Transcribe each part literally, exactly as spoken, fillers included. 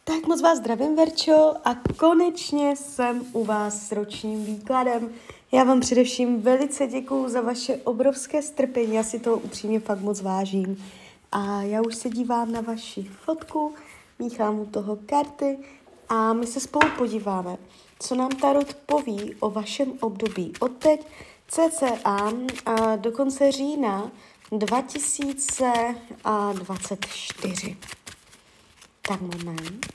Tak moc vás zdravím, Verčo, a konečně jsem u vás s ročním výkladem. Já vám především velice děkuju za vaše obrovské strpení, já si toho upřímně fakt moc vážím. A já už se dívám na vaši fotku, míchám u toho karty a my se spolu podíváme, co nám Tarot poví o vašem období od teď cca a do konce října dva tisíce dvacet čtyři. Tak moment.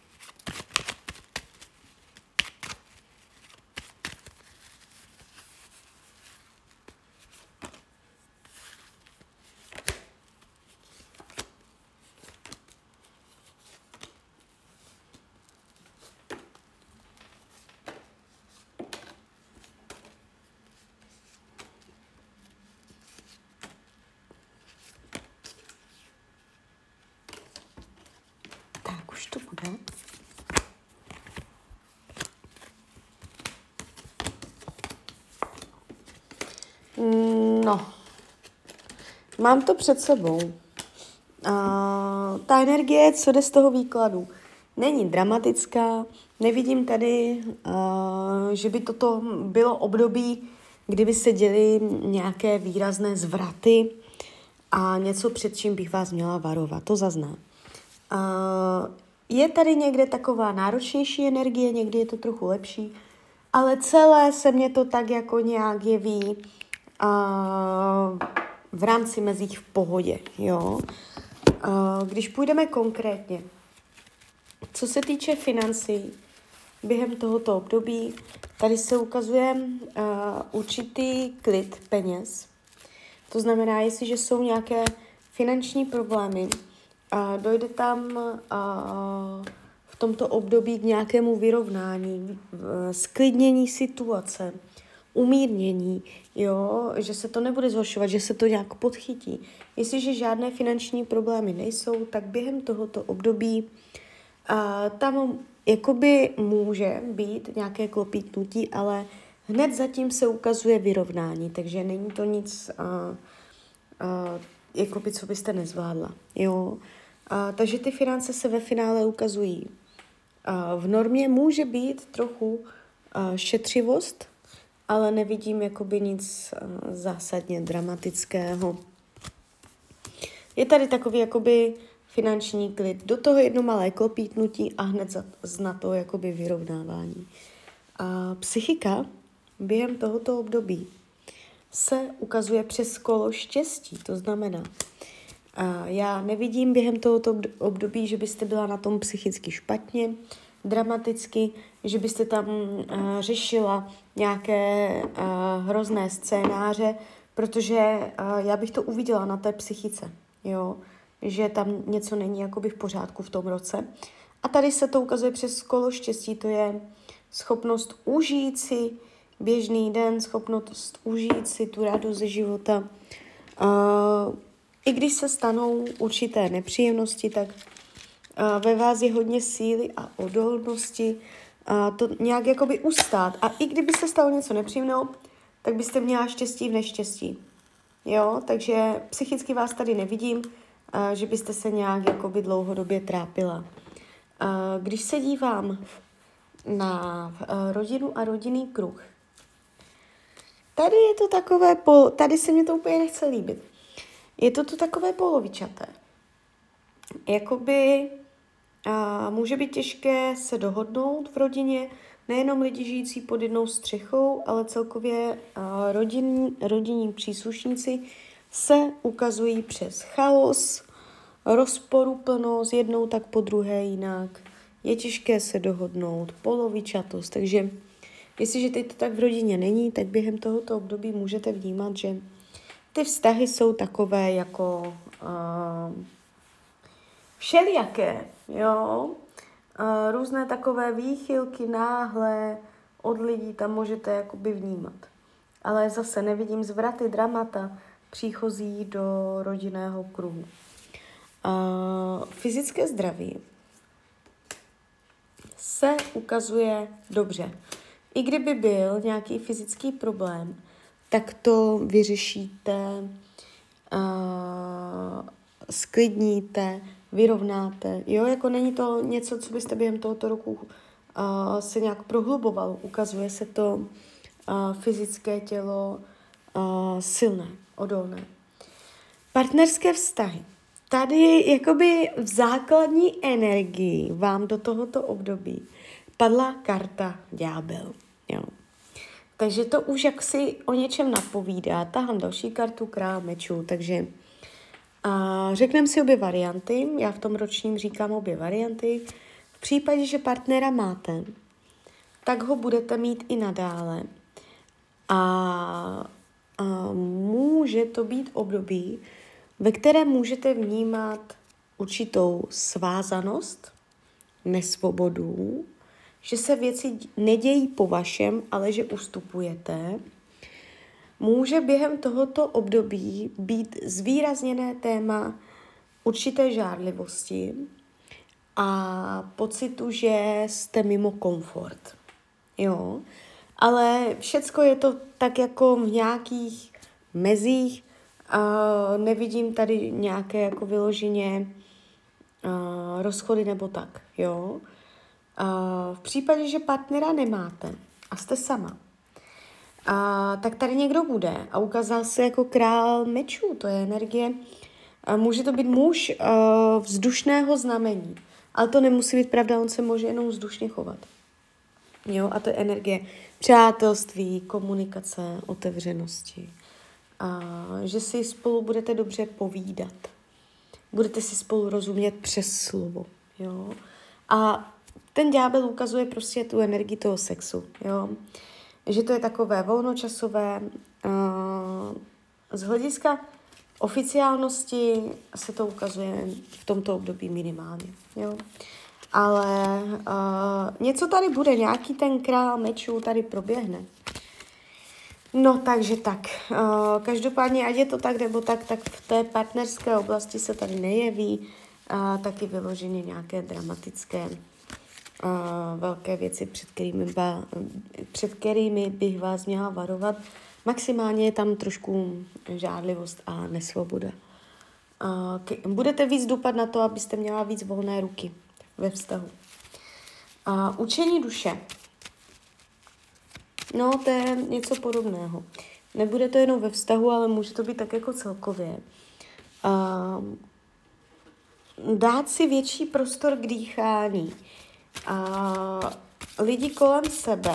Tak už to bude. No, mám to před sebou. Uh, ta energie, co jde z toho výkladu, není dramatická. Nevidím tady, uh, že by toto bylo období, kdyby se děly nějaké výrazné zvraty a něco, před čím bych vás měla varovat. To zazná. Uh, je tady někde taková náročnější energie, někdy je to trochu lepší, ale celé se mě to tak jako nějak jeví uh, v rámci mezích v pohodě, jo. Uh, když půjdeme konkrétně, co se týče financí, během tohoto období, tady se ukazuje uh, určitý klid peněz. To znamená, jestliže jsou nějaké finanční problémy, uh, dojde tam uh, v tomto období k nějakému vyrovnání, uh, sklidnění situace, umírnění, jo, že se to nebude zhoršovat, že se to nějak podchytí. Jestliže žádné finanční problémy nejsou, tak během tohoto období uh, tam jakoby může být nějaké klopítnutí, ale hned zatím se ukazuje vyrovnání, takže není to nic, uh, uh, jakoby, co byste nezvládla, jo. Uh, takže ty finance se ve finále ukazují. Uh, v normě může být trochu uh, šetřivost, ale nevidím jakoby nic uh, zásadně dramatického. Je tady takový jakoby finanční klid, do toho jedno malé klopítnutí a hned za, na to jakoby vyrovnávání. A psychika během tohoto období se ukazuje přes kolo štěstí, to znamená, a já nevidím během tohoto období, že byste byla na tom psychicky špatně, dramaticky, že byste tam uh, řešila nějaké uh, hrozné scénáře, protože uh, já bych to uviděla na té psychice, jo, že tam něco není jakoby v pořádku v tom roce. A tady se to ukazuje přes kolo štěstí, to je schopnost užít si běžný den, schopnost užít si tu radost ze života. Uh, I když se stanou určité nepříjemnosti, tak uh, ve vás je hodně síly a odolnosti uh, to nějak jakoby ustát. A i kdyby se stalo něco nepříjemného, tak byste měla štěstí v neštěstí. Jo, takže psychicky vás tady nevidím, uh, že byste se nějak jakoby dlouhodobě trápila. Uh, když se dívám na uh, rodinu a rodinný kruh, tady je to takové, pol, tady se mě to úplně nechce líbit. Je to tu takové polovičaté. Jakoby uh, může být těžké se dohodnout v rodině, nejenom lidi žijící pod jednou střechou, ale celkově uh, rodinní, rodinní příslušníci se ukazují přes chaos, rozporuplnost, jednou tak po druhé jinak. Je těžké se dohodnout, polovičatost, takže jestliže teď to tak v rodině není, tak během tohoto období můžete vnímat, že ty vztahy jsou takové jako uh, všelijaké, jo. Uh, různé takové výchylky náhle od lidí tam můžete jakoby vnímat. Ale zase nevidím zvraty, dramata příchozí do rodinného kruhu. Uh, fyzické zdraví se ukazuje dobře. I kdyby byl nějaký fyzický problém, tak to vyřešíte, uh, sklidníte, vyrovnáte. Jo, jako není to něco, co byste během tohoto roku uh, se nějak prohluboval. Ukazuje se to uh, fyzické tělo uh, silné, odolné. Partnerské vztahy. Tady jakoby v základní energii vám do tohoto období padla karta ďábel. Jo. Takže to už jaksi o něčem napovídá. Tahám další kartu, král mečů, takže a řekneme si obě varianty. Já v tom ročním říkám obě varianty. V případě, že partnera máte, tak ho budete mít i nadále. A, a může to být období, ve kterém můžete vnímat určitou svázanost, nesvobodu, že se věci nedějí po vašem, ale že ustupujete. Může během tohoto období být zvýrazněné téma určité žárlivosti a pocitu, že jste mimo komfort. Jo? Ale všecko je to tak jako v nějakých mezích. Uh, nevidím tady nějaké jako vyloženě uh, rozchody nebo tak. Jo? Uh, v případě, že partnera nemáte a jste sama, A, tak tady někdo bude a ukázal se jako král mečů, to je energie. A může to být muž uh, vzdušného znamení, ale to nemusí být pravda, on se může jenom vzdušně chovat. Jo, a to je energie přátelství, komunikace, otevřenosti. A, že si spolu budete dobře povídat. Budete si spolu rozumět přes slovo. Jo. A ten ďábel ukazuje prostě tu energii toho sexu. Jo. Že to je takové volnočasové. Uh, z hlediska oficiálnosti se to ukazuje v tomto období minimálně. Jo? Ale uh, něco tady bude, nějaký ten král mečů tady proběhne. No takže tak. Uh, každopádně, ať je to tak nebo tak, tak v té partnerské oblasti se tady nejeví uh, taky vyloženě nějaké dramatické Uh, velké věci, před kterými, ba, před kterými bych vás měla varovat. Maximálně je tam trošku žádlivost a nesvoboda. Uh, k, budete víc dupat na to, abyste měla víc volné ruky ve vztahu. Uh, učení duše. No, to je něco podobného. Nebude to jenom ve vztahu, ale může to být tak jako celkově. Uh, dát si větší prostor k dýchání. A lidi kolem sebe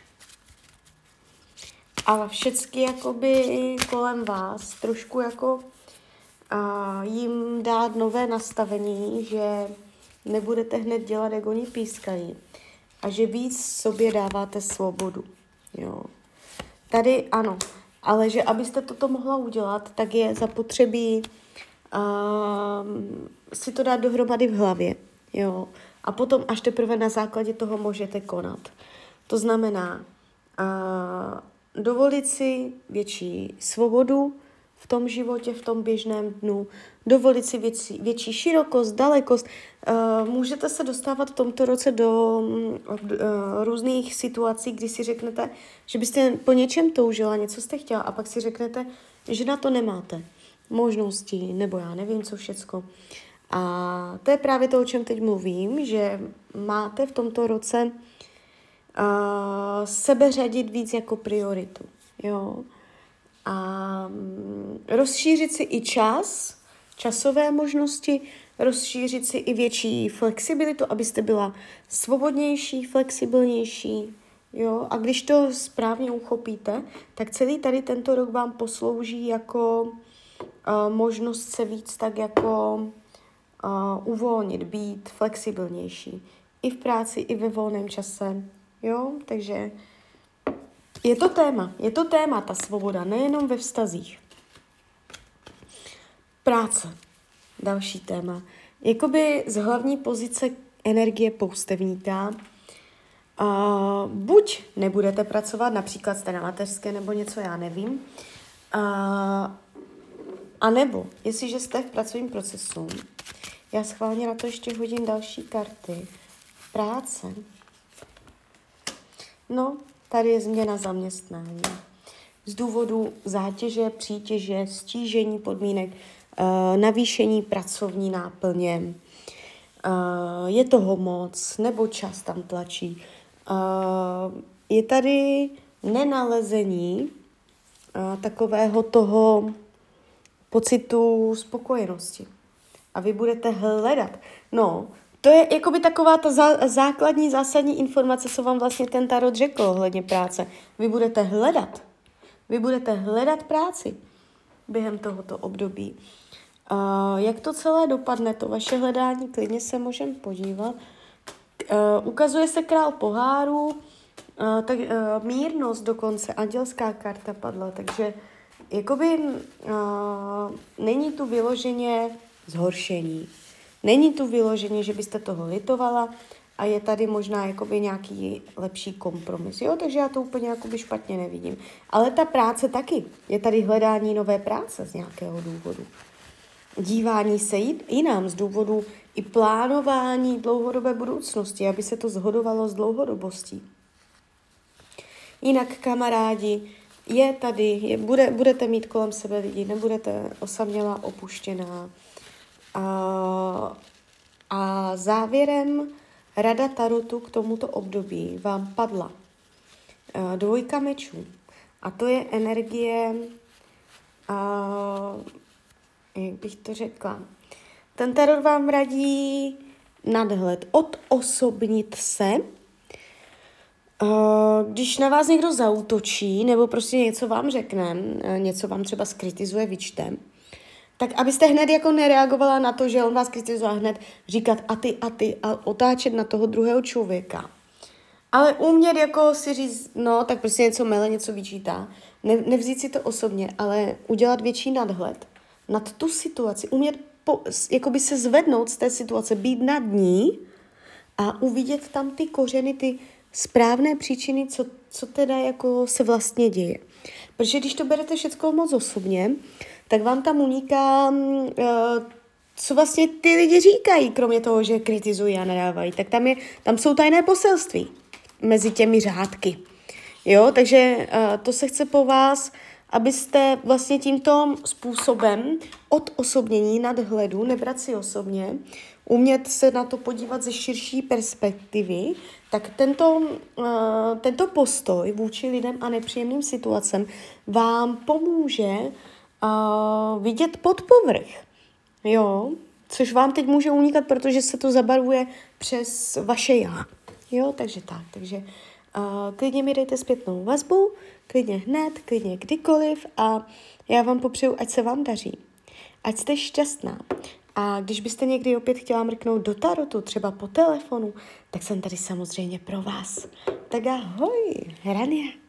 a všecky jakoby kolem vás trošku jako a jim dát nové nastavení, že nebudete hned dělat, jak oni pískají a že víc sobě dáváte svobodu. Jo. Tady ano, ale že abyste toto mohla udělat, tak je zapotřebí um, si to dát dohromady v hlavě. Jo. A potom až teprve na základě toho můžete konat. To znamená uh, dovolit si větší svobodu v tom životě, v tom běžném dnu, dovolit si větší, větší širokost, dalekost. Uh, můžete se dostávat v tomto roce do uh, různých situací, kdy si řeknete, že byste po něčem toužila, něco jste chtěla a pak si řeknete, že na to nemáte možnosti, nebo já nevím, co všecko. A to je právě to, o čem teď mluvím, že máte v tomto roce uh, sebe řadit víc jako prioritu. Jo? A um, rozšířit si i čas, časové možnosti, rozšířit si i větší flexibilitu, abyste byla svobodnější, flexibilnější. Jo? A když to správně uchopíte, tak celý tady tento rok vám poslouží jako uh, možnost se víc tak jako Uh, uvolnit, být flexibilnější. I v práci, i ve volném čase. Jo, takže je to téma. Je to téma, ta svoboda, nejenom ve vztazích. Práce. Další téma. Jakoby z hlavní pozice energie poustevníka uh, buď nebudete pracovat, například jste na mateřské nebo něco, já nevím, uh, a nebo, jestliže jste v pracovním procesu, já schválně na to ještě hodím další karty. Práce. No, tady je změna zaměstnání. Z důvodu zátěže, přítěže, stížení podmínek uh, navýšení pracovní náplně, uh, je toho moc, nebo čas tam tlačí. Uh, je tady nenalezení uh, takového toho pocitu spokojenosti. A vy budete hledat. No, to je jakoby taková ta zá, základní, zásadní informace, co vám vlastně ten tarot řekl ohledně práce. Vy budete hledat. Vy budete hledat práci během tohoto období. Uh, jak to celé dopadne, to vaše hledání, klidně se můžeme podívat. Uh, ukazuje se král poháru, uh, tak, uh, mírnost dokonce, andělská karta padla, takže jakoby uh, není tu vyloženě zhoršení. Není tu vyloženě, že byste toho litovala a je tady možná jakoby nějaký lepší kompromis. Jo, takže já to úplně jakoby špatně nevidím. Ale ta práce taky. Je tady hledání nové práce z nějakého důvodu. Dívání se jinam z důvodu i plánování dlouhodobé budoucnosti, aby se to shodovalo s dlouhodobostí. Jinak kamarádi, je tady, je, bude, budete mít kolem sebe lidi, nebudete osamělá, opuštěná. A, a závěrem rada tarotu k tomuto období vám padla a, dvojka mečů. A to je energie, a, jak bych to řekla, ten tarot vám radí nadhled, odosobnit se. Když na vás někdo zaútočí nebo prostě něco vám řekne, něco vám třeba skritizuje, vyčte, tak abyste hned jako nereagovala na to, že on vás kritizuje, hned říkat a ty a ty a otáčet na toho druhého člověka. Ale umět jako si říct, no tak prostě něco mele, něco vyčítá. Ne, nevzít si to osobně, ale udělat větší nadhled nad tu situaci. Umět po, jakoby se zvednout z té situace, být nad ní a uvidět tam ty kořeny, ty správné příčiny, co, co teda jako se vlastně děje. Protože když to berete všechno moc osobně, tak vám tam uniká, uh, co vlastně ty lidi říkají, kromě toho, že kritizují a nadávají. Tak tam, je, tam jsou tajné poselství mezi těmi řádky. Jo, takže uh, to se chce po vás, abyste vlastně tímto způsobem od osobnění nadhledu, nebrat si osobně, umět se na to podívat ze širší perspektivy, tak tento, uh, tento postoj vůči lidem a nepříjemným situacem vám pomůže uh, vidět pod povrch. Jo, což vám teď může unikat, protože se to zabarvuje přes vaše já. Jo, takže tak, takže uh, klidně mi dejte zpětnou vazbu, klidně hned, klidně kdykoliv a já vám popřeju, ať se vám daří. Ať jste šťastná. A když byste někdy opět chtěla mrknout do tarotu, třeba po telefonu, tak jsem tady samozřejmě pro vás. Tak ahoj, Hrania.